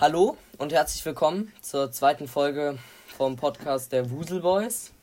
Hallo und herzlich willkommen zur zweiten Folge vom Podcast der Wuselboys.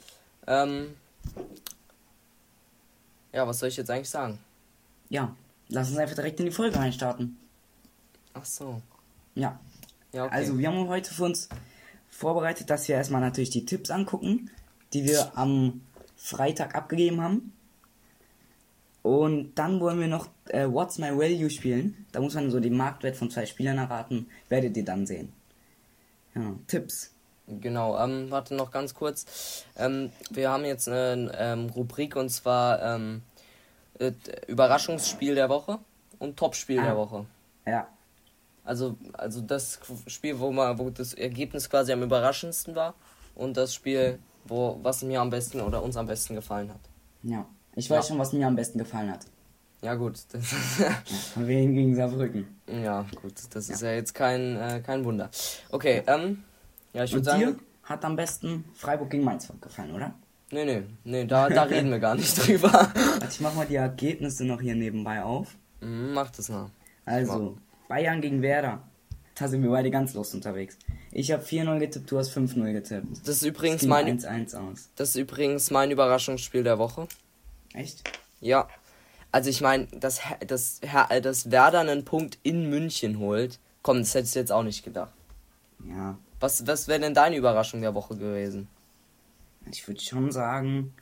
Was soll ich jetzt eigentlich sagen? Ja, lass uns einfach direkt in die Folge reinstarten. Ach so. Ja. Ja, okay. Also wir haben heute für uns vorbereitet, dass wir erstmal natürlich die Tipps angucken, die wir am Freitag abgegeben haben. Und dann wollen wir noch What's My Value spielen. Da muss man so den Marktwert von 2 Spielern erraten. Werdet ihr dann sehen. Ja, Tipps. Genau, warte noch ganz kurz. Wir haben jetzt eine Rubrik und zwar Überraschungsspiel der Woche und Topspiel der Woche. Ja. Also das Spiel, wo das Ergebnis quasi am überraschendsten war und das Spiel, was mir am besten oder uns am besten gefallen hat. Ja. Ich weiß schon, was mir am besten gefallen hat. Ja gut. Wen gegen Saarbrücken. Ja gut, das ist ja jetzt kein Wunder. Okay, ich würde sagen... dir hat am besten Freiburg gegen Mainz gefallen, oder? Nee, da reden wir gar nicht drüber. Also ich mach mal die Ergebnisse noch hier nebenbei auf. Mach das mal. Also, Bayern gegen Werder. Da sind wir beide ganz los unterwegs. Ich habe 4-0 getippt, du hast 5-0 getippt. Das ist übrigens 1-1 aus. Das ist übrigens mein Überraschungsspiel der Woche. Echt? Ja. Also ich meine, dass Werder einen Punkt in München holt, komm, das hättest du jetzt auch nicht gedacht. Ja. Was wäre denn deine Überraschung der Woche gewesen? Ich würde schon sagen,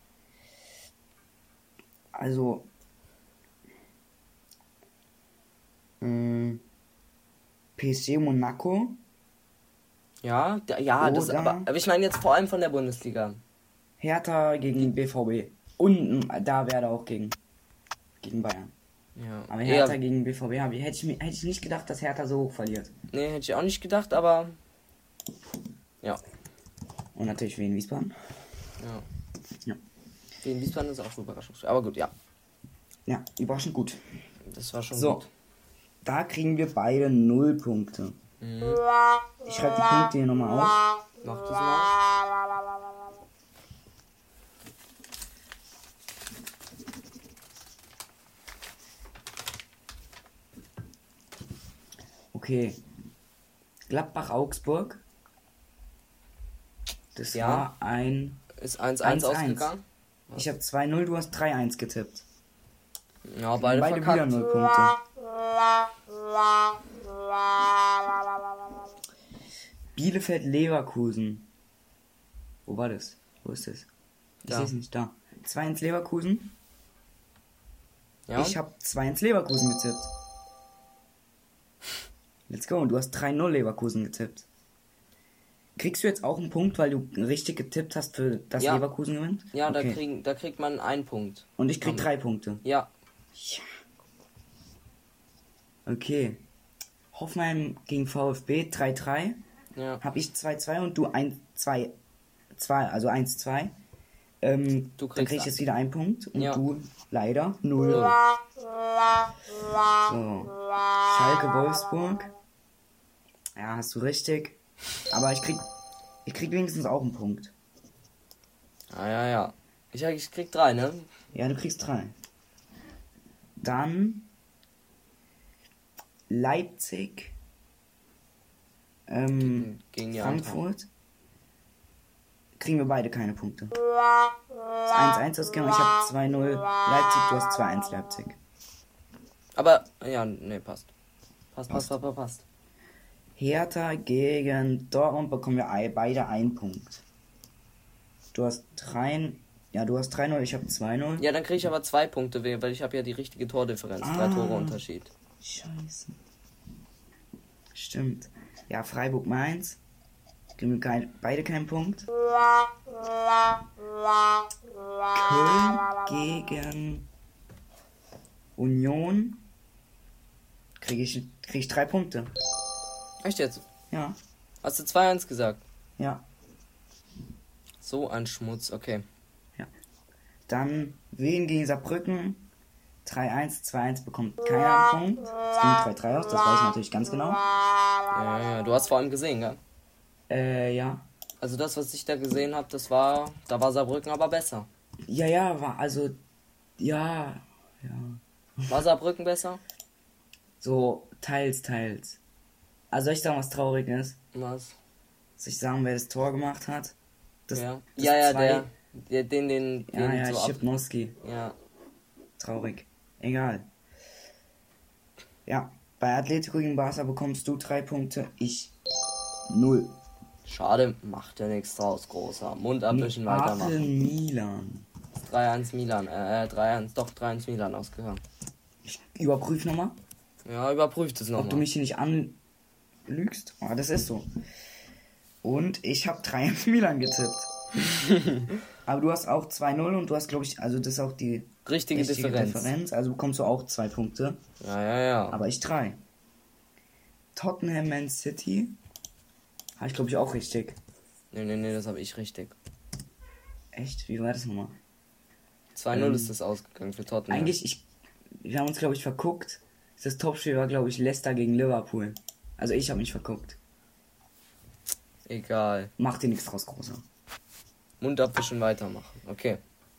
also PSG Monaco. Ja, aber ich meine jetzt vor allem von der Bundesliga. Hertha gegen BVB. Und da wäre auch gegen Bayern. Ja. Aber Hertha gegen BVB hätte ich nicht gedacht, dass Hertha so hoch verliert. Nee, hätte ich auch nicht gedacht, aber ja. Und natürlich Wien Wiesbaden. Ja. Wien Wiesbaden ist auch so überraschend. Aber gut, ja. Ja, überraschend gut. Das war schon gut. Da kriegen wir beide 0 Punkte. Mhm. Ich schreibe die Punkte hier nochmal auf. Mach das mal. Okay. Gladbach-Augsburg. Das war ein... Ist 1-1 ausgegangen? Ich habe 2-0, du hast 3-1 getippt. Ja, beide wieder 0 Punkte. Bielefeld-Leverkusen. Wo war das? Wo ist das? Ich sehe es nicht da. 2-1 Leverkusen. Ja. Ich habe 2-1 Leverkusen getippt. Let's go. Und du hast 3-0 Leverkusen getippt. Kriegst du jetzt auch einen Punkt, weil du richtig getippt hast, für das Leverkusen gewinnt? Ja, okay. Da kriegt man einen Punkt. Und ich krieg 3 Punkte? Ja. Okay. Hoffenheim gegen VfB 3-3. Ja. Hab ich 2-2 und du 1-2. Also 1-2. Dann krieg ich jetzt wieder einen Punkt. Und du leider 0. So. Schalke Wolfsburg. Ja, hast du richtig. Aber ich krieg wenigstens auch einen Punkt. Ja. Ich krieg 3, ne? Ja, du kriegst 3. Dann Leipzig gegen Frankfurt. Kriegen wir beide keine Punkte. Das 1-1 ausgegangen, ich habe 2-0 Leipzig, du hast 2-1 Leipzig. Aber, passt. Passt. Hertha gegen Dortmund bekommen wir beide einen Punkt. Du hast 3-0, ich habe 2-0. Ja, dann kriege ich aber 2 Punkte, weil ich habe ja die richtige Tordifferenz. 3 Tore Unterschied. Scheiße. Stimmt. Ja, Freiburg-Mainz. Kriegen wir beide keinen Punkt. Köln gegen Union. Krieg ich 3 Punkte. Echt jetzt? Ja. Hast du 2-1 gesagt? Ja. So ein Schmutz, okay. Ja. Dann Wien gegen Saarbrücken. 3-1, 2-1 bekommt keiner einen Punkt. Es ging 3-3 aus, das weiß ich natürlich ganz genau. Ja, du hast vor allem gesehen, gell? Ja. Also das, was ich da gesehen habe, da war Saarbrücken aber besser. Ja, ja. War Saarbrücken besser? So, teils. Also soll ich sagen, was traurig ist? Was? Soll ich sagen, wer das Tor gemacht hat? Das, Ja. das Ja, zwei- den Ja, so ab. Schipnowski. Ja. Traurig. Egal. Ja, bei Atletico gegen Barca bekommst du 3 Punkte, ich 0. Schade, macht ja nichts draus, großer. Mund abwischen, weitermachen. Milan. 3-1 Milan, 3-1, doch 3-1 Milan ausgegangen. Ich überprüfe nochmal, Ja, überprüft es ob du nochmal. mich hier nicht anlügst. Ah, das ist so. Und ich habe 3-1 Milan getippt. Aber du hast auch 2-0 und du hast, glaube ich, also das ist auch die Richtige Differenz. Also bekommst du auch 2 Punkte. Ja. Aber ich 3. Tottenham Man City. Habe ich, glaube ich, auch richtig. Nee, das habe ich richtig. Echt? Wie war das nochmal? 2-0 ist das ausgegangen für Tottenham. Eigentlich, wir haben uns, glaube ich, verguckt. Das Topspiel war, glaube ich, Leicester gegen Liverpool. Also ich habe mich verguckt. Egal. Mach dir nichts draus, Großer. Mund abwischen, weitermachen. Okay.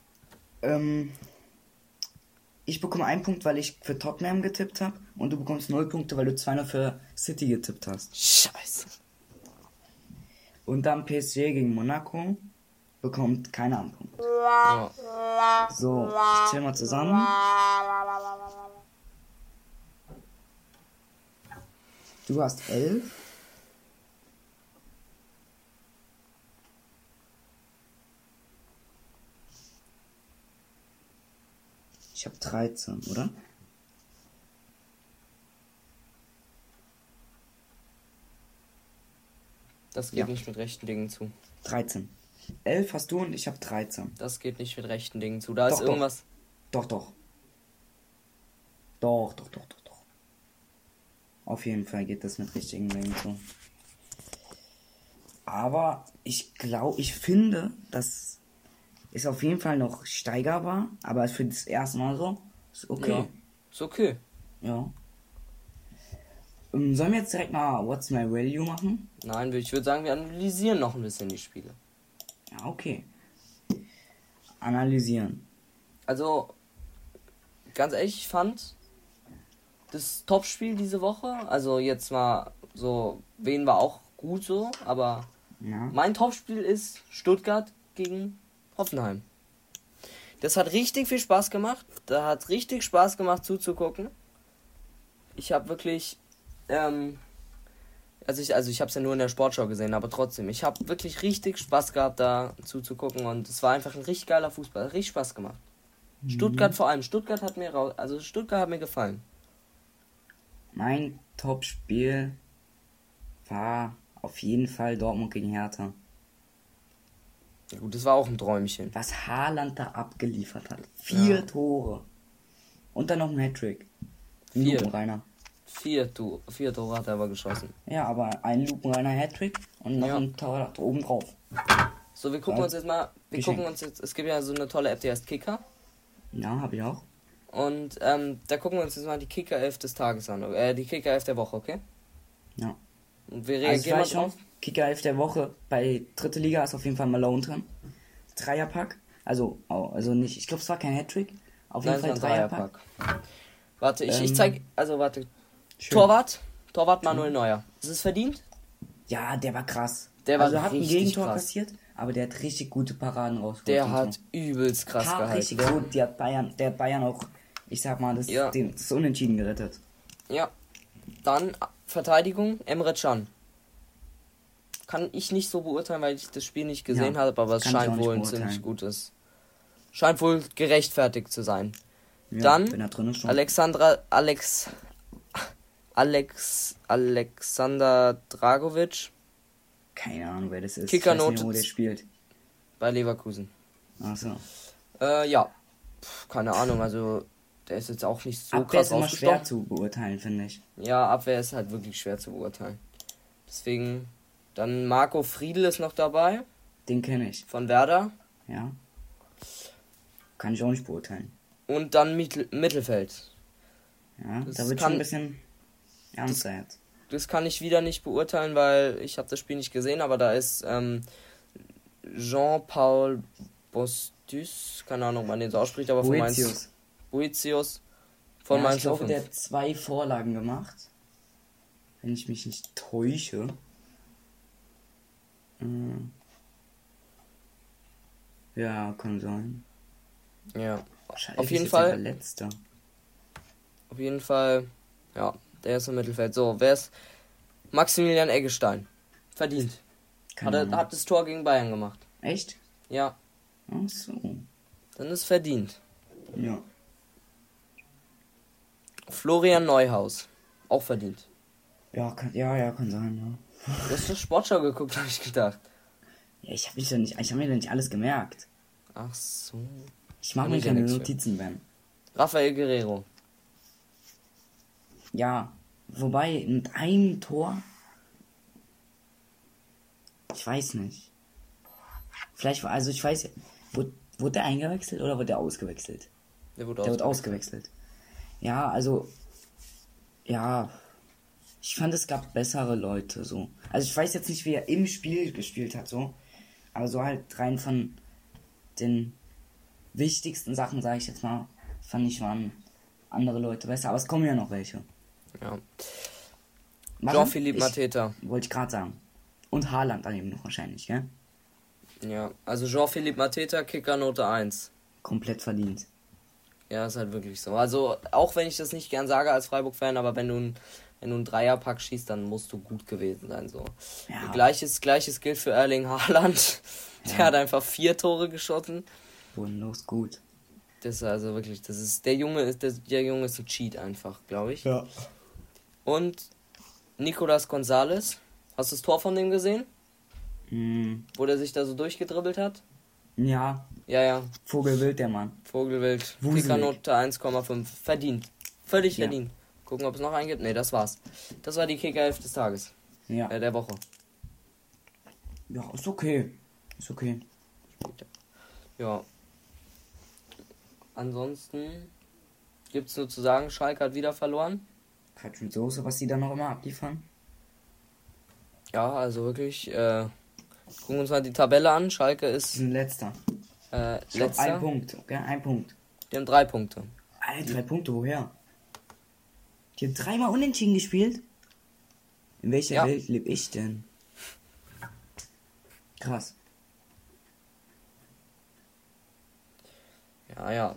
Ich bekomme 1 Punkt, weil ich für Tottenham getippt habe. Und du bekommst 0 Punkte, weil du 2-0 für City getippt hast. Scheiße. Und dann PSG gegen Monaco bekommt keiner einen Punkt. Ja. So, ich zähle mal zusammen. Du hast 11. Ich habe 13, oder? Das geht Ja. nicht mit rechten Dingen zu. 13. 11 hast du und ich habe 13. Das geht nicht mit rechten Dingen zu. Da Doch, ist doch. irgendwas. Doch. Doch. Auf jeden Fall geht das mit richtigen Dingen zu. Aber ich finde, das ist auf jeden Fall noch steigerbar. Aber für das erste Mal so ist okay. Ja. Ist okay. Ja. Sollen wir jetzt direkt mal What's My Value machen? Nein, ich würde sagen, wir analysieren noch ein bisschen die Spiele. Ja, okay. Analysieren. Also, ganz ehrlich, ich fand das Topspiel diese Woche, also jetzt mal so, wen war auch gut so, aber Ja. mein Topspiel ist Stuttgart gegen Hoffenheim. Das hat richtig viel Spaß gemacht. Da hat richtig Spaß gemacht zuzugucken. Ich habe wirklich, ich habe es ja nur in der Sportschau gesehen, aber trotzdem, ich habe wirklich richtig Spaß gehabt, da zuzugucken und es war einfach ein richtig geiler Fußball, hat richtig Spaß gemacht. Stuttgart vor allem, Stuttgart hat mir gefallen. Mein Top-Spiel war auf jeden Fall Dortmund gegen Hertha. Ja gut, das war auch ein Träumchen. Was Haaland da abgeliefert hat. 4 Tore. Und dann noch ein Hattrick. Ein 4. Lupenreiner. 4 Tore hat er aber geschossen. Ja, aber ein Lupenreiner Hattrick und noch ein Tor oben drauf. So, wir gucken uns jetzt mal, es gibt ja so eine tolle App, die heißt Kicker. Ja, habe ich auch. Und da gucken wir uns jetzt mal die Kicker-Elf des Tages an. Die Kicker-Elf der Woche, okay? Ja. Und wir Also reagieren mal schon, drauf. Kicker 11 der Woche bei dritte Liga ist auf jeden Fall Malone drin. Dreierpack. Also nicht, ich glaube es war kein Hattrick. Auf jeden Nein, Fall es war ein Dreierpack. Warte, ich zeig, warte. Schön. Torwart Manuel Neuer. Ist es verdient? Ja, der war krass. Der war also hat ein richtig Gegentor krass. kassiert, aber der hat richtig gute Paraden rausgeholt. Der und hat so. übelst krass Richtig gehalten. gut. Der hat Bayern auch, ich sag mal, das Unentschieden gerettet. Ja. Dann Verteidigung, Emre Can. Kann ich nicht so beurteilen, weil ich das Spiel nicht gesehen habe, aber es kann ich scheint auch nicht wohl ein beurteilen. ziemlich gutes. Scheint wohl gerechtfertigt zu sein. Ja, Dann wenn er drin ist schon. Alexander Dragovic Keine Ahnung, wer das ist. Kickernote Ich weiß nicht, wo der spielt. bei Leverkusen. Achso. Ja. Keine Ahnung, also der ist jetzt auch nicht so Abwehr krass ist immer schwer ausgestochen. zu beurteilen, finde ich. Ja, Abwehr ist halt wirklich schwer zu beurteilen. Deswegen, dann Marco Friedl ist noch dabei, Den kenne ich. von Werder. Ja. Kann ich auch nicht beurteilen. Und dann Mittelfeld. Ja, Das da wird kann- schon ein bisschen ernster jetzt. Das kann ich wieder nicht beurteilen, weil ich habe das Spiel nicht gesehen, aber da ist Jean-Paul Bostus, keine Ahnung, ob man den so ausspricht, aber von Boetius von Ja, Mainz ich glaube, 05. der hat 2 Vorlagen gemacht. wenn ich mich nicht täusche. Ja, kann sein. Ja. Schalke Auf ist jeden jetzt der Fall. Letzte. Auf jeden Fall. Ja, der ist im Mittelfeld. So, wer ist Maximilian Eggestein? Verdient. Keine Ahnung. Hat das Tor gegen Bayern gemacht. Echt? Ja, Ach so. dann ist verdient. Ja. Florian Neuhaus. Auch verdient. Ja, kann sein, ja. Du hast doch Sportschau geguckt, habe ich gedacht. Ja, ich habe mir doch nicht alles gemerkt. Ach so. Ich mache Kann mir ich ja keine nichts für. Notizen, Ben. Rafael Guerrero. Ja, wobei mit einem Tor. Ich weiß nicht. Vielleicht war, also ich weiß, wurde der eingewechselt oder wurde der ausgewechselt? Der wurde Der wird ausgewechselt. Ja, also, ja, ich fand, es gab bessere Leute, so. Also ich weiß jetzt nicht, wie er im Spiel gespielt hat, so. Aber so halt rein von den wichtigsten Sachen, sage ich jetzt mal, fand ich, waren andere Leute besser. Aber es kommen ja noch welche. Ja. Warte, Jean-Philippe Mateta. Wollte ich gerade sagen. Und Haaland daneben noch wahrscheinlich, gell? Ja, also Jean-Philippe Mateta, Kickernote 1. Komplett verdient. Ja, ist halt wirklich so. Also, auch wenn ich das nicht gern sage als Freiburg-Fan, aber wenn du einen Dreierpack schießt, dann musst du gut gewesen sein. So. Ja. Gleiches gilt für Erling Haaland. Der Ja. hat einfach 4 Tore geschossen. Bodenlos gut. Das ist also wirklich, der Junge ist ein Cheat einfach, glaube ich. Ja. Und Nicolas Gonzalez. Hast du das Tor von dem gesehen? Wo der sich da so durchgedribbelt hat? Ja, Ja. Vogelwild, der Mann. Vogelwild. Wuselig. Kickernote 1,5. Verdient. Völlig Ja. verdient. Gucken, ob es noch einen gibt. Ne, das war's. Das war die Kicker-Elf des Tages. Ja. Der Woche. Ja, ist okay. Ist okay. Ja. Ansonsten gibt's nur zu sagen, Schalke hat wieder verloren. Quatsch mit Soße, was die da noch immer abliefern. Ja, also wirklich, gucken uns mal die Tabelle an. Schalke Die ist sind letzter. Ich glaub, letzter. ein Punkt, okay? Ein Punkt. Die haben 3 Punkte. Alter, 3 Punkte, woher? Die haben 3-mal unentschieden gespielt? In welcher Ja. Welt lebe ich denn? Krass. Ja. Ja,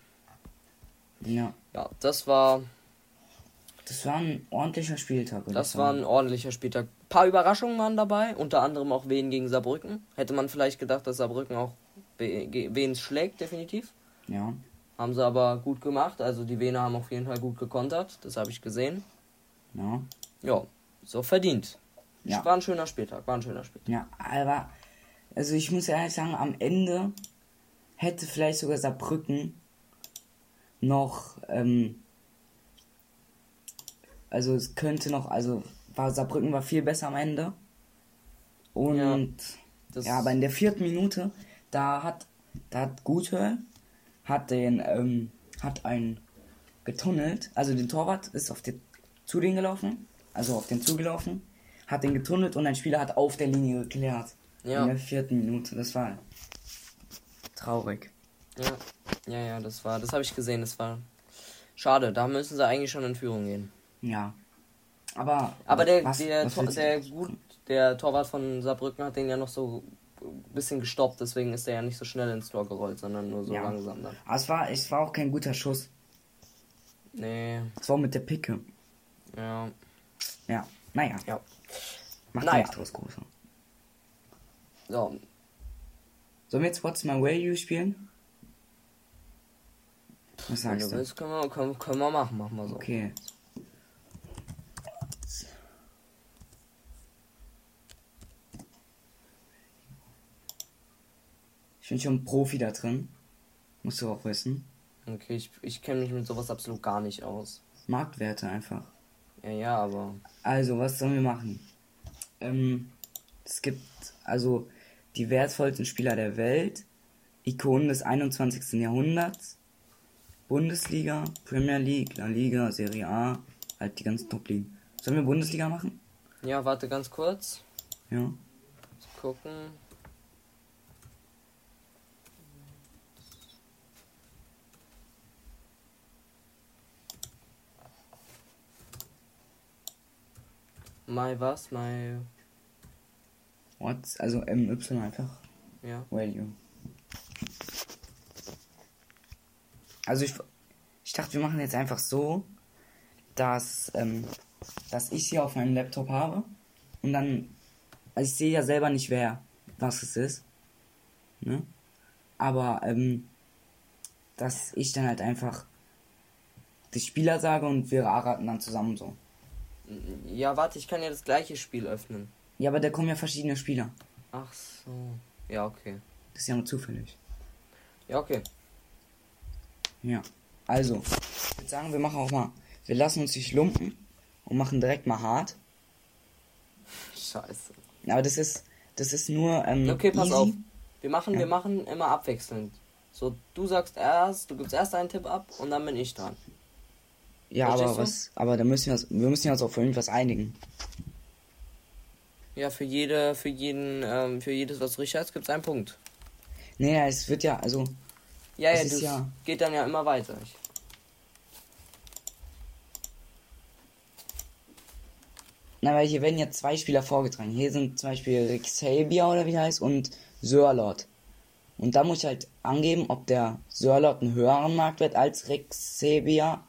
Ja, das war das war ein ordentlicher Spieltag, würde ich Das war sagen. ein ordentlicher Spieltag. Ein paar Überraschungen waren dabei, unter anderem auch Wien gegen Saarbrücken. Hätte man vielleicht gedacht, dass Saarbrücken auch Wien schlägt, definitiv. Ja. Haben sie aber gut gemacht. Also die Wiener haben auf jeden Fall gut gekontert. Das habe ich gesehen. Ja. Ja, so verdient. Ja. War ein schöner Spieltag. Ja, aber, also ich muss ehrlich sagen, am Ende hätte vielleicht sogar Saarbrücken noch, also es könnte noch, also Saarbrücken war viel besser am Ende. Und, Das ja, aber in der 4. Minute, da hat Guthöll, hat einen getunnelt, also den Torwart ist zu den gelaufen, also auf den zugelaufen, hat den getunnelt und ein Spieler hat auf der Linie geklärt. Ja. In der 4. Minute, das war traurig. Ja, das habe ich gesehen. Das war schade. Da müssen sie eigentlich schon in Führung gehen. Ja. Aber der willst du- Torwart von Saarbrücken hat den ja noch so ein bisschen gestoppt, deswegen ist er ja nicht so schnell ins Tor gerollt, sondern nur so Ja. langsam dann. Aber es war auch kein guter Schuss. Nee, Es war mit der Picke. ja. Ja, naja. Ja. Macht Naja. nichts draus, Großer. So, Sollen wir jetzt What's My Value spielen? Was wenn sagst du du? willst, können wir machen. Machen wir so. Okay. Ich bin schon Profi da drin. Musst du auch wissen. Okay, ich kenne mich mit sowas absolut gar nicht aus. Marktwerte einfach. Ja, aber Also, was sollen wir machen? Es gibt also die wertvollsten Spieler der Welt, Ikonen des 21. Jahrhunderts, Bundesliga, Premier League, La Liga, Serie A, halt die ganzen Top-Ligen. Sollen wir Bundesliga machen? ja, warte ganz kurz. Ja. Mal gucken. My was? My. What's, also MY einfach. Ja. Value. Also ich dachte, wir machen jetzt einfach so, dass ich sie auf meinem Laptop habe und dann, also ich sehe ja selber nicht, was es ist, ne? Aber dass ich dann halt einfach die Spieler sage und wir raten dann zusammen so. Ja, warte, ich kann ja das gleiche Spiel öffnen. Ja, aber da kommen ja verschiedene Spieler. Ach so. Ja, okay. Das ist ja nur zufällig. Ja, okay. Ja. Also, ich würde sagen, wir lassen uns nicht lumpen und machen direkt mal hart. Scheiße. Aber das ist nur Okay, pass easy. auf. Wir machen immer abwechselnd. So, du gibst erst einen Tipp ab und dann bin ich dran. Ja, Verstehst aber da müssen wir müssen uns auf irgendwas einigen. Ja, für jedes, was du richtig hast, gibt's einen Punkt. Nee, es wird ja, also Ja, es ja, ist das ja- geht dann ja immer weiter. weil hier werden ja zwei Spieler vorgetragen. Hier sind zum Beispiel Rexabia oder wie der heißt und Sörlot. Und da muss ich halt angeben, ob der Sörlot einen höheren Marktwert als Rexabia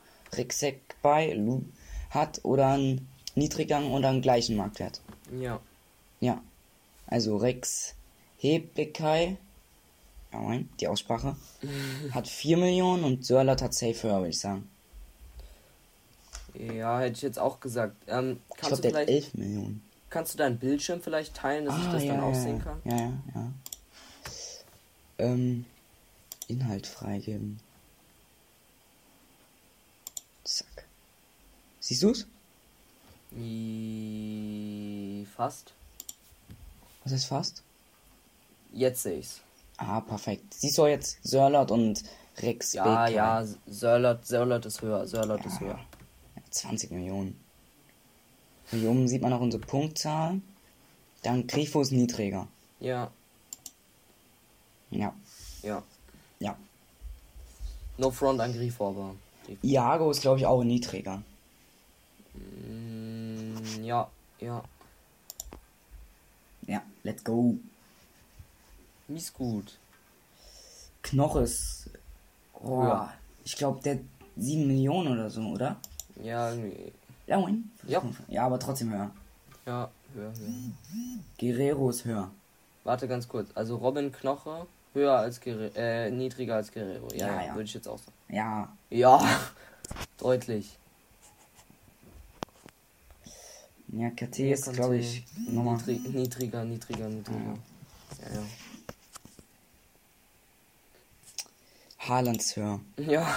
hat oder einen niedrigeren oder einen gleichen Marktwert. Ja. Ja. Also Rex Hebekai, ja mein, die Aussprache, hat 4 Millionen und Sörlot hat safe höher, würde ich sagen. Ja, hätte ich jetzt auch gesagt. Ich Kannst glaube, du der hat vielleicht, 11 Millionen. kannst du deinen Bildschirm vielleicht teilen, dass ich das dann auch sehen kann? Ja. Inhalt freigeben. Zack. Siehst du's? Fast. Was heißt fast? Jetzt sehe ich's. Ah, perfekt. Siehst du jetzt Sörlot und Rex Ja, Becker? ja, Sörlot ist höher. Sörlot ist höher. 20 Millionen. Hier oben sieht man auch unsere Punktzahl. Dann Grifo ist niedriger. Ja, Ja. ja. Ja. No front an Grifo, aber. Iago ist, glaube ich, auch niedriger. Ja, ja. Ja, let's go. Mies gut. Knoche ist. Oh, Ja. ich glaube, der hat 7 Millionen oder so, oder? Ja, irgendwie. Ja, moin. Ja. Ja, aber trotzdem höher. Ja, höher. Guerrero ist höher. Warte ganz kurz. Also Robin Knoche höher als niedriger als Guerrero. Ja, Ja. würde ich jetzt auch sagen. Ja. Ja, deutlich. Ja, KT ist, glaube ich, nochmal. Niedriger. Ja, ja. Haaland ist höher. Ja.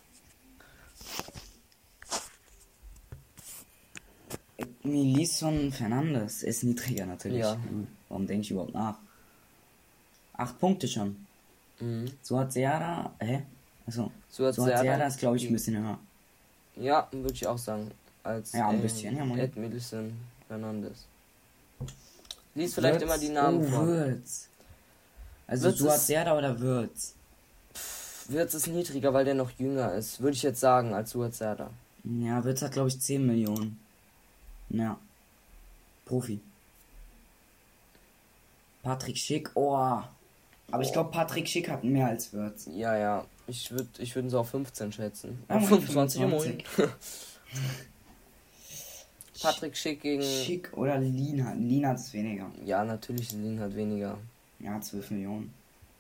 Milison Fernandes ist niedriger natürlich. Ja. Warum denke ich überhaupt nach? 8 Punkte schon. Mhm. Suat Serra, Also, Suat Suat Serra Serra ist, glaube ich, ein bisschen höher. Ja, würde ich auch sagen. Als Ja, ein bisschen, ja, moin. Ed Millicent Fernandes. Lies vielleicht immer die Namen vor. Würz. Also Würz Suat ist- Serra oder Würz? Wirtz ist niedriger, weil der noch jünger ist. Würde ich jetzt sagen, als Suat Serdar. Ja, Würz hat, glaube ich, 10 Millionen. Ja. Profi. Patrick Schick, oh. Aber ich glaube, Patrick Schick hat mehr als Würz. Ja. Ich würde ihn so auf 15 schätzen. Ja, Auf moin, 25, ja, moin. Patrick Schick gegen... Schick oder Lienhardt. Lienhardt ist weniger. Ja, natürlich, Lin hat weniger. Ja, 12 Millionen.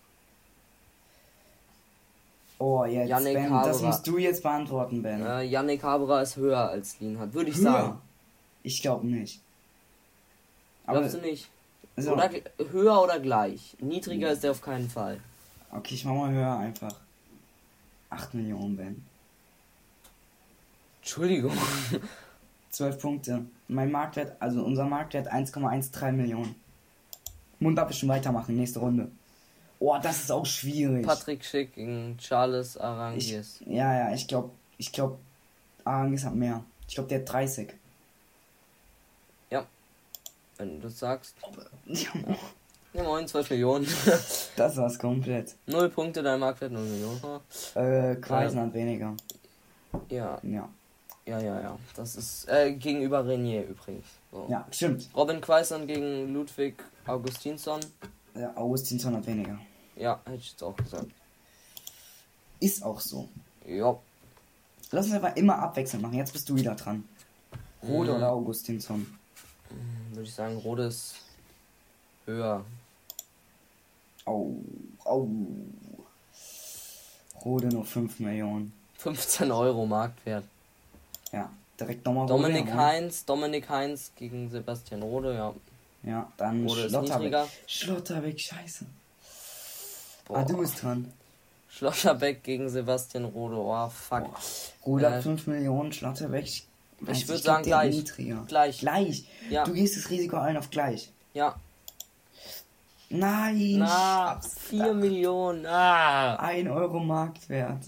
Oh, jetzt, Yannick Ben, Haberer. das musst du jetzt beantworten, Ben. Yannick Haberer ist höher als Lin hat, würde ich Höher? sagen. Ich glaube nicht. Aber, Glaubst du nicht? so, Oder höher oder gleich. Niedriger ist er auf keinen Fall. okay, ich mach mal höher einfach. 8 Millionen, Ben. Entschuldigung. 12 Punkte. Mein Marktwert, also unser Marktwert 1,13 Millionen. Mund abwischen, weitermachen, nächste Runde. Oh, das ist auch schwierig. Patrick Schick gegen Charles Arangis. Ja, ich glaube, Arangis hat mehr. Ich glaube, der hat 30. Wenn du das sagst. Ja, Ja, moin, 12 Millionen. das war's komplett. 0 Punkte, dein Marktwert 0 Millionen. Quaisen hat weniger. Ja, Ja. Ja. Das ist gegenüber Renier übrigens. So. Ja, stimmt. Robin Quaison gegen Ludwig Augustinsson. Der Augustinsson hat weniger. Ja, hätte ich jetzt auch gesagt. Ist auch so. Ja. Lass uns aber immer abwechselnd machen. Jetzt bist du wieder dran. Rode oder Augustinsson? Würde ich sagen, Rode ist höher. Au. Rode nur 5 Millionen. 15 Euro Marktwert. Ja, direkt nochmal Dominik Rode, Heinz gegen Sebastian Rode, ja. Ja, dann Rode ist Schlotterbeck. niedriger. Schlotterbeck, scheiße. Boah. Du bist dran. Schlotterbeck gegen Sebastian Rode, oh fuck. Rode hat 5 Millionen, Schlotterbeck. Ich würde sagen gleich. Gleich. Ja. Du gehst das Risiko ein auf gleich. Ja. Nein. 4 Millionen. 1 Euro Marktwert.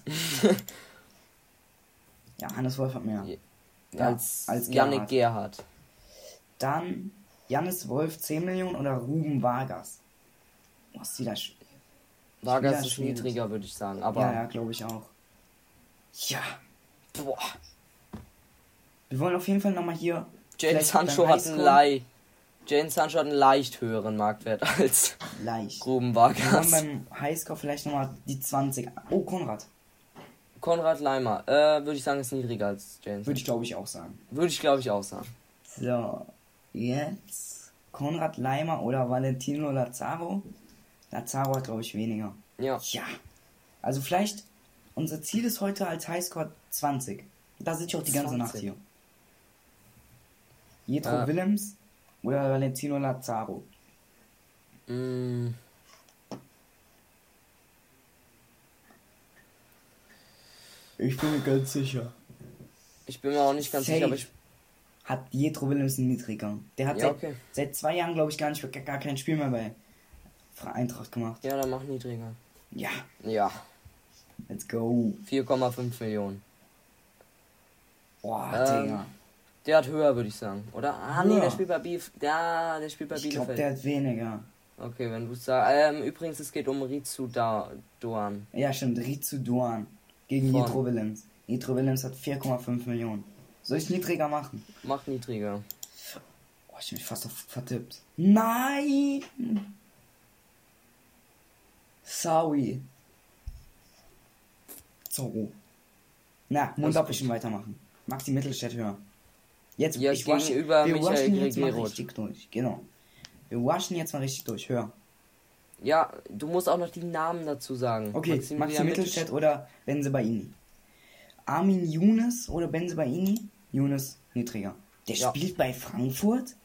Ja, Hannes Wolf hat mehr. Als Yannick Gerhardt. Dann Jannis Wolf 10 Millionen oder Ruben Vargas. Was wieder Vargas ist niedriger, würde ich sagen. Aber ja, glaube ich auch. Ja. Boah. Wir wollen auf jeden Fall nochmal hier. Jadon Sancho hat einen leicht höheren Marktwert als Ruben Vargas. Wir wollen beim Highscore vielleicht nochmal die 20. Oh, Konrad Leimer. Würde ich sagen, ist niedriger als Jadon. Würde ich glaube ich auch sagen. So, jetzt Konrad Leimer oder Valentino Lazaro. Lazaro hat glaube ich weniger. Ja. Also vielleicht, unser Ziel ist heute als Highscore 20. Da sitze ich auch die ganze Nacht hier. Jetro Willems oder Valentino Lazaro? Ich bin mir ganz sicher. Ich bin mir auch nicht ganz sicher, aber hat Jetro Willems einen niedriger. Der hat seit 2 Jahren, glaube ich, gar kein Spiel mehr bei Eintracht gemacht. Ja, dann mach niedriger. Ja. Let's go. 4,5 Millionen. Boah, Digga. Der hat höher, würde ich sagen, oder? Nee, der spielt bei der spielt bei Bielefeld. Ich glaube, der hat weniger. Okay, wenn du sagst. Übrigens, es geht um Ritsu Doan. Ja, stimmt. Ritsu Doan gegen Jetro Willems. Jetro Willems hat 4,5 Millionen. Soll ich niedriger machen? Mach niedriger. Boah, ich bin mich fast vertippt. Nein! Sorry. So. Na, Mund abwischen weitermachen. Maxi Mittelstädt höher. Jetzt gegenüber Michael Gregerud. Richtig durch. Genau. Wir waschen jetzt mal richtig durch. Hör. Ja, du musst auch noch die Namen dazu sagen. Okay, Maxi Mittelstädt oder Bensebaini. Armin Younes oder Bensebaini? Younes niedriger. Der spielt bei Frankfurt?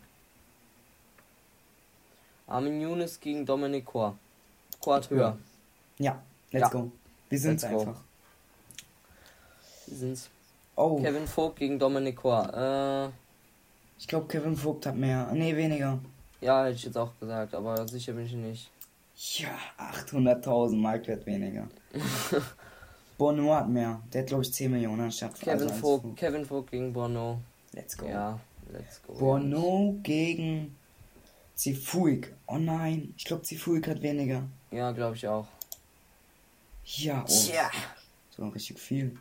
Armin Younes gegen Dominik Kor. Kor hat höher. Ja, let's go. Wir sind's einfach. Wir sind's. Oh. Kevin Vogt gegen Dominik Kor. Ich glaube, Kevin Vogt hat mehr. Nee, weniger. Ja, hätte ich jetzt auch gesagt, aber sicher bin ich nicht. Ja, 800.000 Marktwert weniger. Bono hat mehr. Der hat, glaube ich, 10 Millionen anstatt Kevin Vogt gegen Bono. Let's go. Ja, let's go. Bono gegen Zifuik. Oh nein, ich glaube, Zifuik hat weniger. Ja, glaube ich auch. Ja, so richtig viel.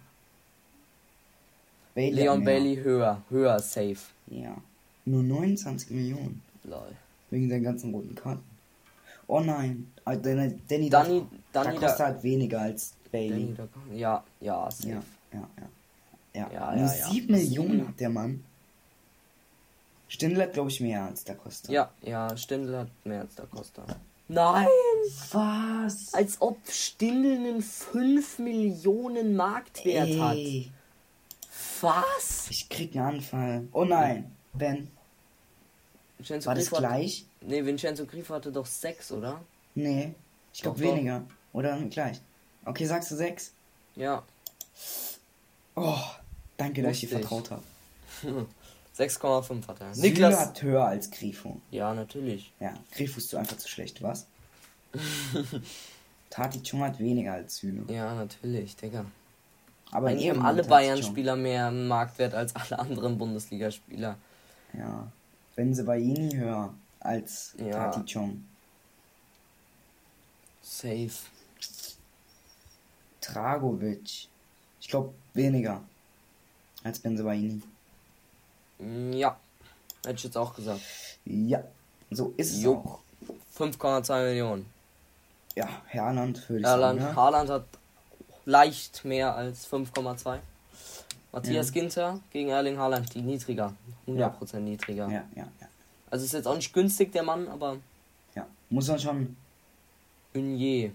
Leon Bailey höher, safe. Ja, nur 29 Millionen. Lol. Wegen der ganzen roten Karten. Oh nein, Danny da Costa hat weniger als Bailey. Ja, safe. Ja. Nur 7 Millionen hat der Mann. Stindl hat, glaube ich, mehr als Da Costa. Ja, Stindl hat mehr als Da Costa. Nein! Was? Als ob Stindl einen 5 Millionen Marktwert hat. Was? Ich krieg einen Anfall. Oh nein, Ben. War das gleich? Nee, Vincenzo Grifo hatte doch 6, oder? Nee, ich glaube weniger. Oder gleich. Okay, sagst du 6? Ja. Oh, danke, dass ich dir vertraut habe. 6,5 hat er. Niklas hat höher als Grifo. Ja, natürlich. Ja, Grifo ist einfach zu schlecht, was? Tati Chong hat weniger als Süle. Ja, natürlich, Digga. Aber eigentlich haben alle Bayern-Spieler mehr Marktwert als alle anderen Bundesligaspieler. Ja. Bensebaini höher als Tati Chong. Safe. Dragovic. Ich glaube weniger. als Bensebaini. Ja, hätte ich jetzt auch gesagt. Ja, so ist es Jo. auch. 5,2 Millionen. Ja, Haaland würde ich sagen. Ne? Haaland hat leicht mehr als 5,2. Matthias Ginter gegen Erling Haaland, die niedriger. 100% niedriger. Ja. Also ist jetzt auch nicht günstig, der Mann, aber Ja, muss man schon. Meunier.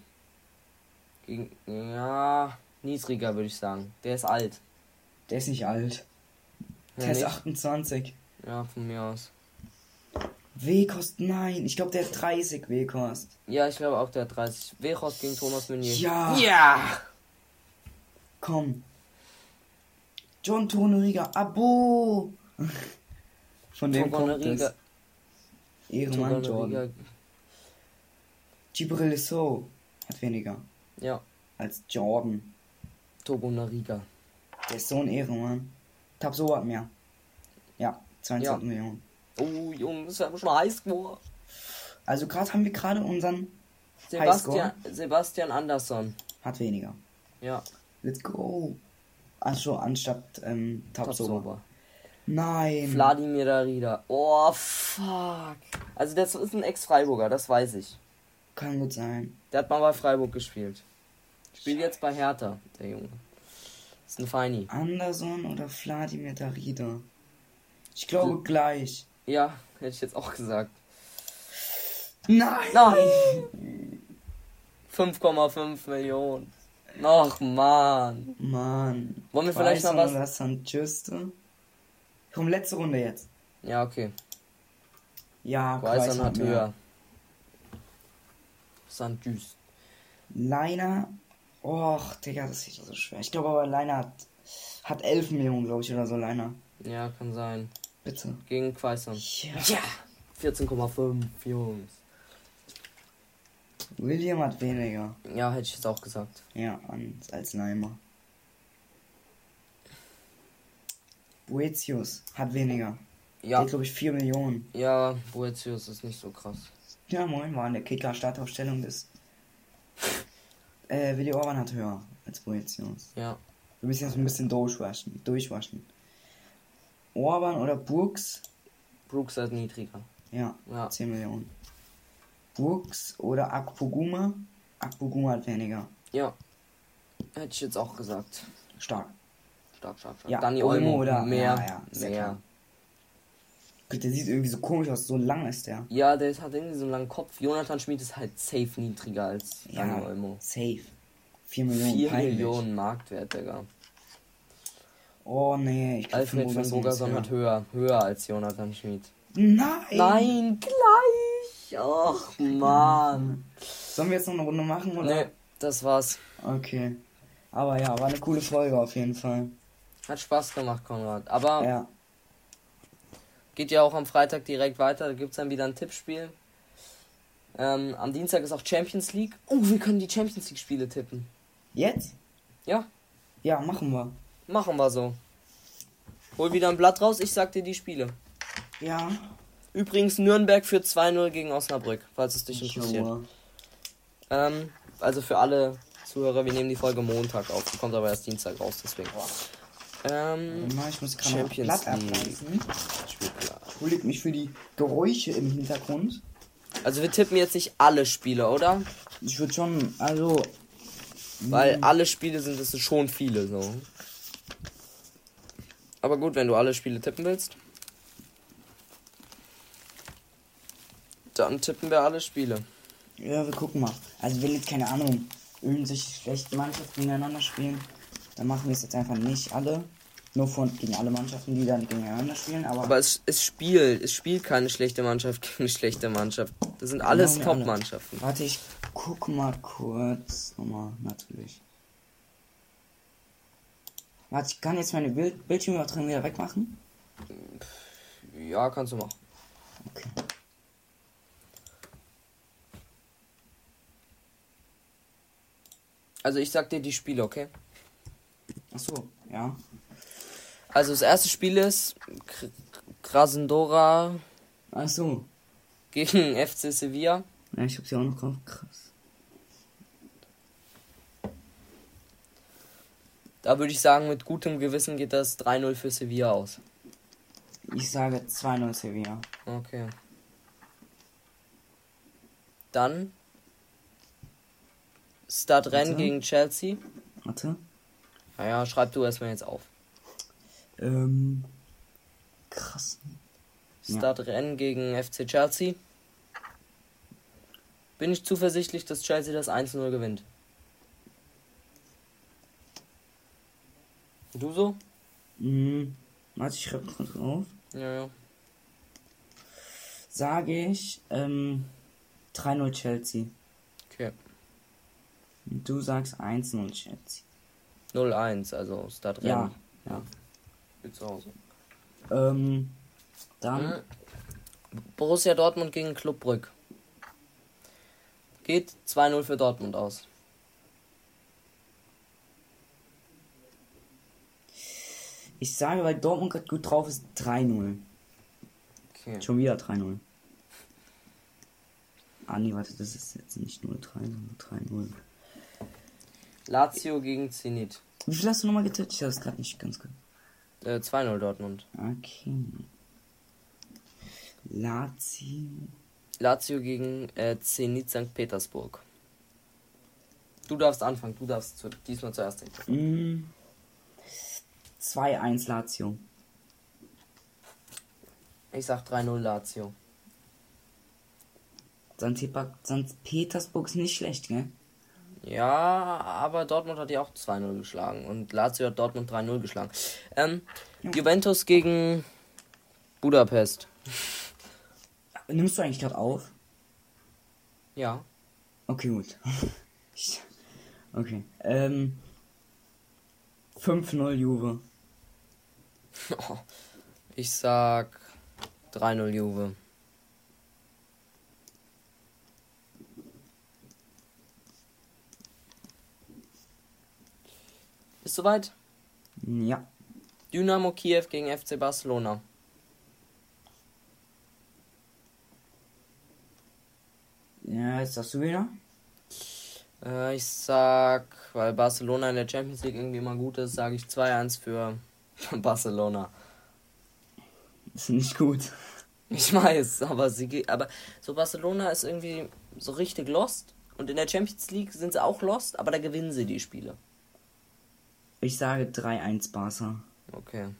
Niedriger würde ich sagen. Der ist alt. Der ist nicht alt. Ja, Der ist nicht? 28. Ja, von mir aus. Weghorst, nein. Ich glaube, der hat 30 Weghorst. Ja, ich glaube auch der hat 30. Weghorst gegen Thomas Meunier. Ja. Ja! Komm. John Torunariga. Abo. Von dem kommt es. Ehrenmann Jordan. Gibril So hat weniger Ja, als Jordan. Torunariga. Der ist so ein Ehrenmann. Tabso hat mehr. Ja, 22 Ja. Millionen. Oh, Junge, das wäre schon heiß geworden. Also haben wir gerade unseren Highscore. Sebastian Andersson. Hat weniger. Ja, Let's go. Achso, anstatt Tabsoba. Tabsoba. Nein. Wladimir Darida. Oh, fuck. Also das ist ein Ex-Freiburger, das weiß ich. Kann gut sein. Der hat mal bei Freiburg gespielt. Spielt jetzt bei Hertha, der Junge. Ist ein Feini. Anderson oder Wladimir Darida? Ich glaube gleich. Ja, hätte ich jetzt auch gesagt. Nein. Nein! 5,5 Millionen. Och, Mann. Mann. Wollen wir vielleicht noch was... Oder Sanchuste? Komm, letzte Runde jetzt. Ja, okay. Ja, Quaison hat mehr. höher. Sandjust. Leiner. Och, Digga, das ist so schwer. Ich glaube aber, Leiner hat 11 Millionen, glaube ich, oder so, Leiner. Ja, kann sein. Bitte. Gegen Quaison. Ja. 14,5, Jungs. William hat weniger. Ja, hätte ich jetzt auch gesagt. Ja, als Leimer. Boetius hat weniger. Der Ja, hat, glaube ich, 4 Millionen. ja, Boetius ist nicht so krass. Ja, moin, war in der Kicker-Startaufstellung des... Willi Orban hat höher als Boetius. Ja. Wir müssen jetzt ein bisschen durchwaschen. Orban oder Brooks? Brooks ist niedriger. Ja, Ja. 10 Millionen. Brooks oder Akpoguma? Akpoguma hat weniger. Ja. Hätte ich jetzt auch gesagt. Stark. Stark. Ja, Dani Olmo Olmo oder... mehr. Ja, sehr mehr. klar. Gut, der sieht irgendwie so komisch aus, so lang ist der. Ja, der hat irgendwie so einen langen Kopf. Jonathan Schmid ist halt safe niedriger als Dani Olmo. Safe. 4 Millionen. 4 peinlich. Millionen Marktwert, Digga. Oh nee, ich glaub, Alfred van Bogason hat höher als Jonathan Schmid. Nein! Nein, gleich! Och, Mann. Sollen wir jetzt noch eine Runde machen, oder? Nee, das war's. Okay. Aber ja, war eine coole Folge auf jeden Fall. Hat Spaß gemacht, Konrad. Aber Ja. geht ja auch am Freitag direkt weiter. Da gibt's dann wieder ein Tippspiel. Am Dienstag ist auch Champions League. Oh, wir können die Champions League Spiele tippen. Jetzt? Ja, Ja, machen wir. machen wir so. Hol wieder ein Blatt raus, ich sag dir die Spiele. Ja. Übrigens, Nürnberg führt 2-0 gegen Osnabrück, falls es dich interessiert. Sure. Also für alle Zuhörer, wir nehmen die Folge Montag auf. Kommt aber erst Dienstag raus, deswegen. Ich muss gerade noch Champions Blatt League. abreißen. Spielplan. Entschuldigt mich für die Geräusche im Hintergrund. Also wir tippen jetzt nicht alle Spiele, oder? Ich würde schon, also... Weil alle Spiele sind, das sind schon viele, so. Aber gut, wenn du alle Spiele tippen willst. Dann tippen wir alle Spiele. Ja, wir gucken mal. Also wenn jetzt, keine Ahnung, irgendwelche schlechten Mannschaften gegeneinander spielen, dann machen wir es jetzt einfach nicht alle. Nur gegen alle Mannschaften, die dann gegeneinander spielen, Aber es spielt keine schlechte Mannschaft gegen eine schlechte Mannschaft. Das sind alles Machen wir alle. Top-Mannschaften. Warte, ich guck mal kurz. Nochmal, natürlich. Warte, ich kann jetzt meine Bildschirmübertragung wieder wegmachen. Ja, kannst du machen. Okay. Also ich sag dir die Spiele, okay? Achso, ja. Also das erste Spiel ist Krasnodar Achso. gegen FC Sevilla. Ja, ich hab's ja auch noch drauf. Krass. Da würde ich sagen, mit gutem Gewissen geht das 3-0 für Sevilla aus. Ich sage 2-0 Sevilla. Okay. Dann Stade Rennes Warte. gegen Chelsea. Warte. Naja, schreib du erstmal jetzt auf. Krass. Stade Rennes gegen FC Chelsea. Bin ich zuversichtlich, dass Chelsea das 1-0 gewinnt. Du so? Warte, ich schreibe kurz auf. Ja. Sage ich 3-0 Chelsea. Okay. Und du sagst 1-0 Chelsea. 0-1, also Stade Ja. Rennes. Ja. Bin zu Hause. Dann Borussia Dortmund gegen Club Brugge. Geht 2-0 für Dortmund aus. ich sage, weil Dortmund gerade gut drauf ist, 3-0. Okay. Schon wieder 3-0. Ah nee, warte, das ist jetzt nicht 0-3, sondern 3-0. Lazio gegen Zenit. Wie viel hast du nochmal getippt? Ich habe es gerade nicht ganz gut. 2-0 Dortmund. Okay. Lazio gegen Zenit St. Petersburg. Du darfst anfangen, du darfst diesmal zuerst denken. 2-1 Lazio. Ich sag 3-0 Lazio. St. Petersburg ist nicht schlecht, gell? Ja, aber Dortmund hat ja auch 2-0 geschlagen und Lazio hat Dortmund 3-0 geschlagen. Juventus gegen Budapest. Nimmst du eigentlich gerade auf? Ja. Okay, gut. Okay. 5-0 Juve. Ich sag 3-0 Juve. Ist soweit? Ja. Dynamo Kiew gegen FC Barcelona. Ja, jetzt sagst du wieder? Ich sag, weil Barcelona in der Champions League irgendwie immer gut ist, sage ich 2-1 für Barcelona. Ist nicht gut. Ich weiß, aber so Barcelona ist irgendwie so richtig lost. Und in der Champions League sind sie auch lost, aber da gewinnen sie die Spiele. Ich sage 3-1 Barca. Okay.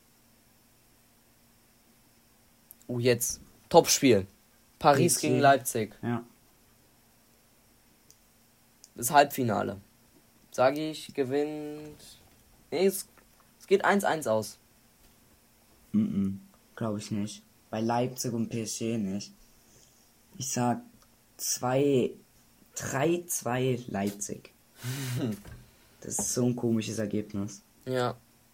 Jetzt. Topspiel. Paris PSG. gegen Leipzig. Ja. Das Halbfinale. Sage ich, gewinnt. Nee, es geht 1-1 aus. Glaube ich nicht. Bei Leipzig und PSG nicht. Ich sag 3-2 Leipzig. Das ist so ein komisches Ergebnis. Ja.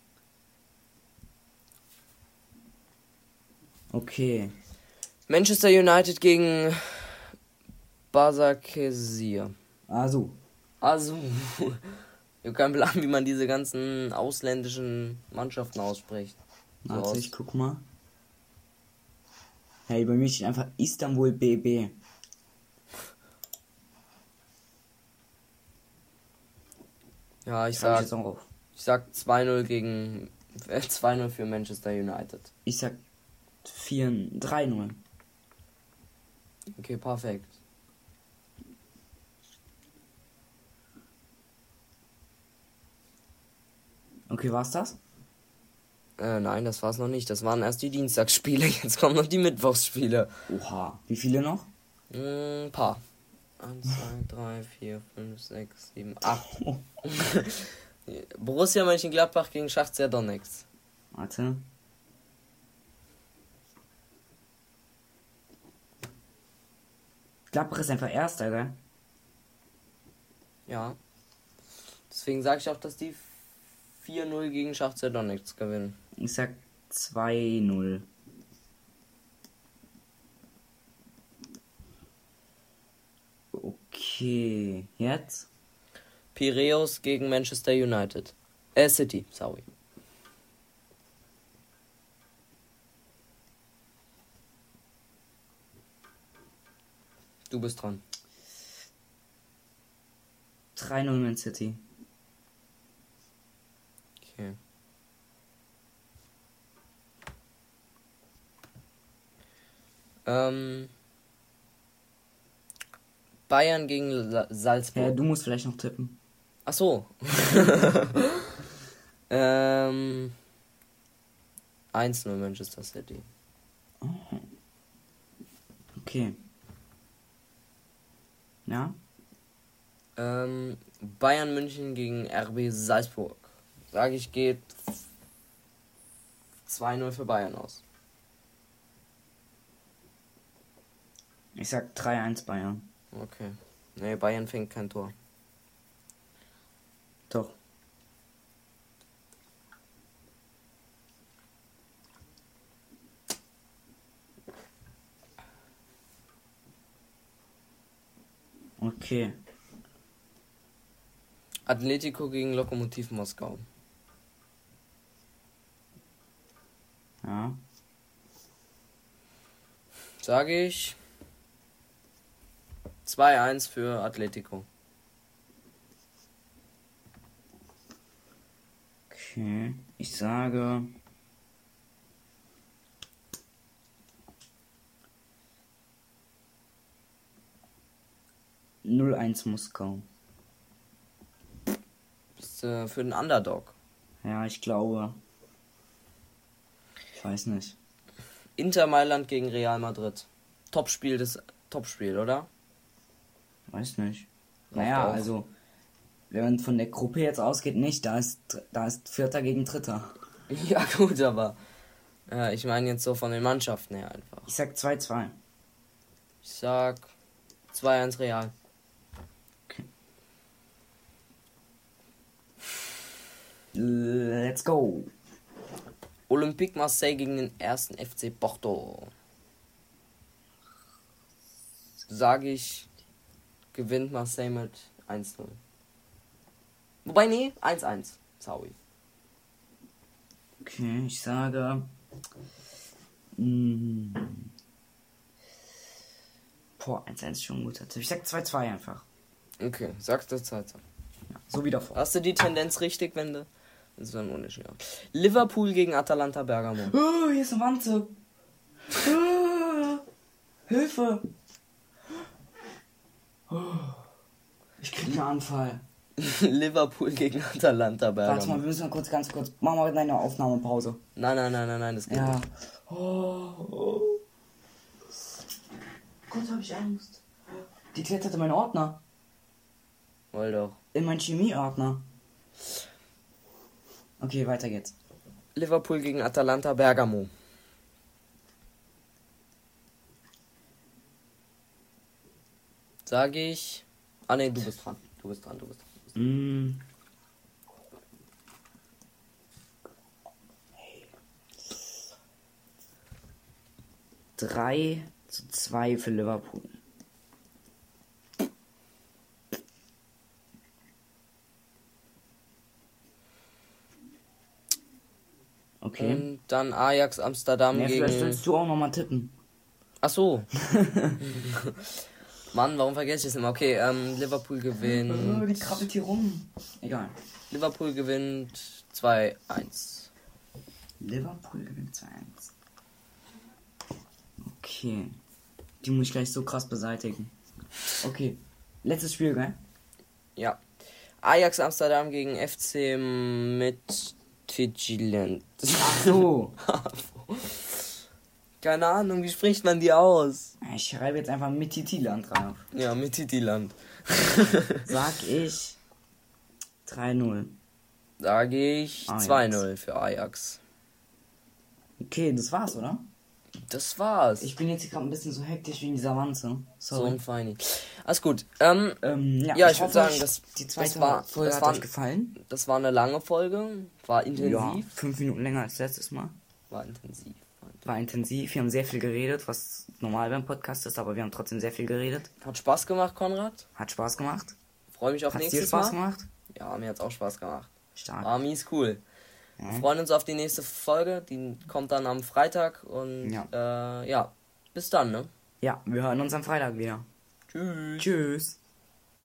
Okay. Manchester United gegen Başakşehir. Also. Ich habe keinen Plan, wie man diese ganzen ausländischen Mannschaften ausspricht. Warte, ich guck mal. Hey, bei mir steht einfach Istanbul BB. Ja, ich Schreib ich sag jetzt auch auf. 2-0 gegen 2-0 für Manchester United. Ich sag 3-0. Okay, perfekt. Okay, war's das? Nein, das war's noch nicht. Das waren erst die Dienstagsspiele. Jetzt kommen noch die Mittwochsspiele. Oha. Wie viele noch? Ein paar. 1, 2, 3, 4, 5, 6, 7, 8. Borussia Mönchengladbach gegen Schachzer Donetsk. Warte. Gladbach ist einfach Erster, gell? Ja. Deswegen sage ich auch, dass die 4-0 gegen Schachzer Donetsk gewinnen. Ich sag 2-0. Okay, jetzt? Piraeus gegen Manchester United. City, sorry. Du bist dran. 3-0 Man City. Bayern gegen Salzburg. Du musst vielleicht noch tippen. Ach so. 1-0 Manchester City. Okay. Ja? Bayern München gegen RB Salzburg. Sage ich, geht 2-0 für Bayern aus. Ich sag 3-1 Bayern. Okay. Nee, Bayern fängt kein Tor. Doch. Okay. Atletico gegen Lokomotiv Moskau. Ja. Sage ich 2-1 für Atletico. Okay. Ich sage 0-1 Moskau. Bist du für den Underdog? Ja, ich glaube. Ich weiß nicht. Inter Mailand gegen Real Madrid. Topspiel, oder? Weiß nicht. Auch Naja, auch. also, wenn man von der Gruppe jetzt ausgeht, nicht. Da ist Vierter gegen Dritter. Ja gut, aber ich meine jetzt so von den Mannschaften her einfach. Ich sag 2-2. Ich sag 2-1 Real. Let's go. Olympique Marseille gegen den 1. FC Porto. Sage ich, gewinnt Marseille mit 1-0. Wobei, nee, 1-1. Sorry. Okay, ich sage. Boah, 1-1 ist schon ein guter Tipp. Ich sag 2-2 einfach. Okay, sagst du Zeit. Ja, so wie davor. Hast du die Tendenz richtig, wenn du... Das ist ein Unterschied. Liverpool gegen Atalanta Bergamo. Oh, hier ist eine Wanze. Hilfe. Ich krieg einen Anfall. Liverpool gegen Atalanta Bergamo. Warte mal, wir müssen mal ganz kurz. Machen wir eine Aufnahmepause. Nein, das geht Ja. nicht. Oh. Gott, hab ich Angst. Die kletterte in meinen Ordner. Woll doch. In meinen Chemieordner. Okay, weiter geht's. Liverpool gegen Atalanta Bergamo. Sag ich... Ah ne, du bist dran. Mm. 3-2 für Liverpool. Okay. Und dann Ajax Amsterdam Ja, vielleicht gegen... sollst du auch nochmal tippen. Ach so. Mann, warum vergesse ich es immer? Okay, Liverpool gewinnt... Die krabbelt hier rum. Egal. Liverpool gewinnt 2-1. Liverpool gewinnt 2-1. Okay. Die muss ich gleich so krass beseitigen. Okay. Letztes Spiel, gell? Ja. Ajax Amsterdam gegen FC Midtjylland. Ach so. Keine Ahnung, wie spricht man die aus? Ich schreibe jetzt einfach Midtjylland drauf. Ja, Midtjylland. Sag ich 3-0. Sage ich Ajax. 2-0 für Ajax. Okay, das war's, oder? Das war's. Ich bin jetzt gerade ein bisschen so hektisch wegen dieser Wanze. so Sorry. ein Feini. Alles gut. Ja, ich würde sagen, die zweite das Folge hat war- euch gefallen. Das war eine lange Folge. War intensiv. Ja, 5 Minuten länger als letztes Mal. War intensiv. War intensiv. Wir haben sehr viel geredet, was normal beim Podcast ist, aber wir haben trotzdem sehr viel geredet. Hat Spaß gemacht, Konrad. Hat Spaß gemacht. Freue mich auf Hat dir nächstes Spaß Mal. gemacht? Ja, mir hat's auch Spaß gemacht. Stark. War mies cool. Ja. Wir freuen uns auf die nächste Folge. Die kommt dann am Freitag. Und ja, bis dann, ne? Ja, wir hören uns am Freitag wieder. Tschüss. Tschüss.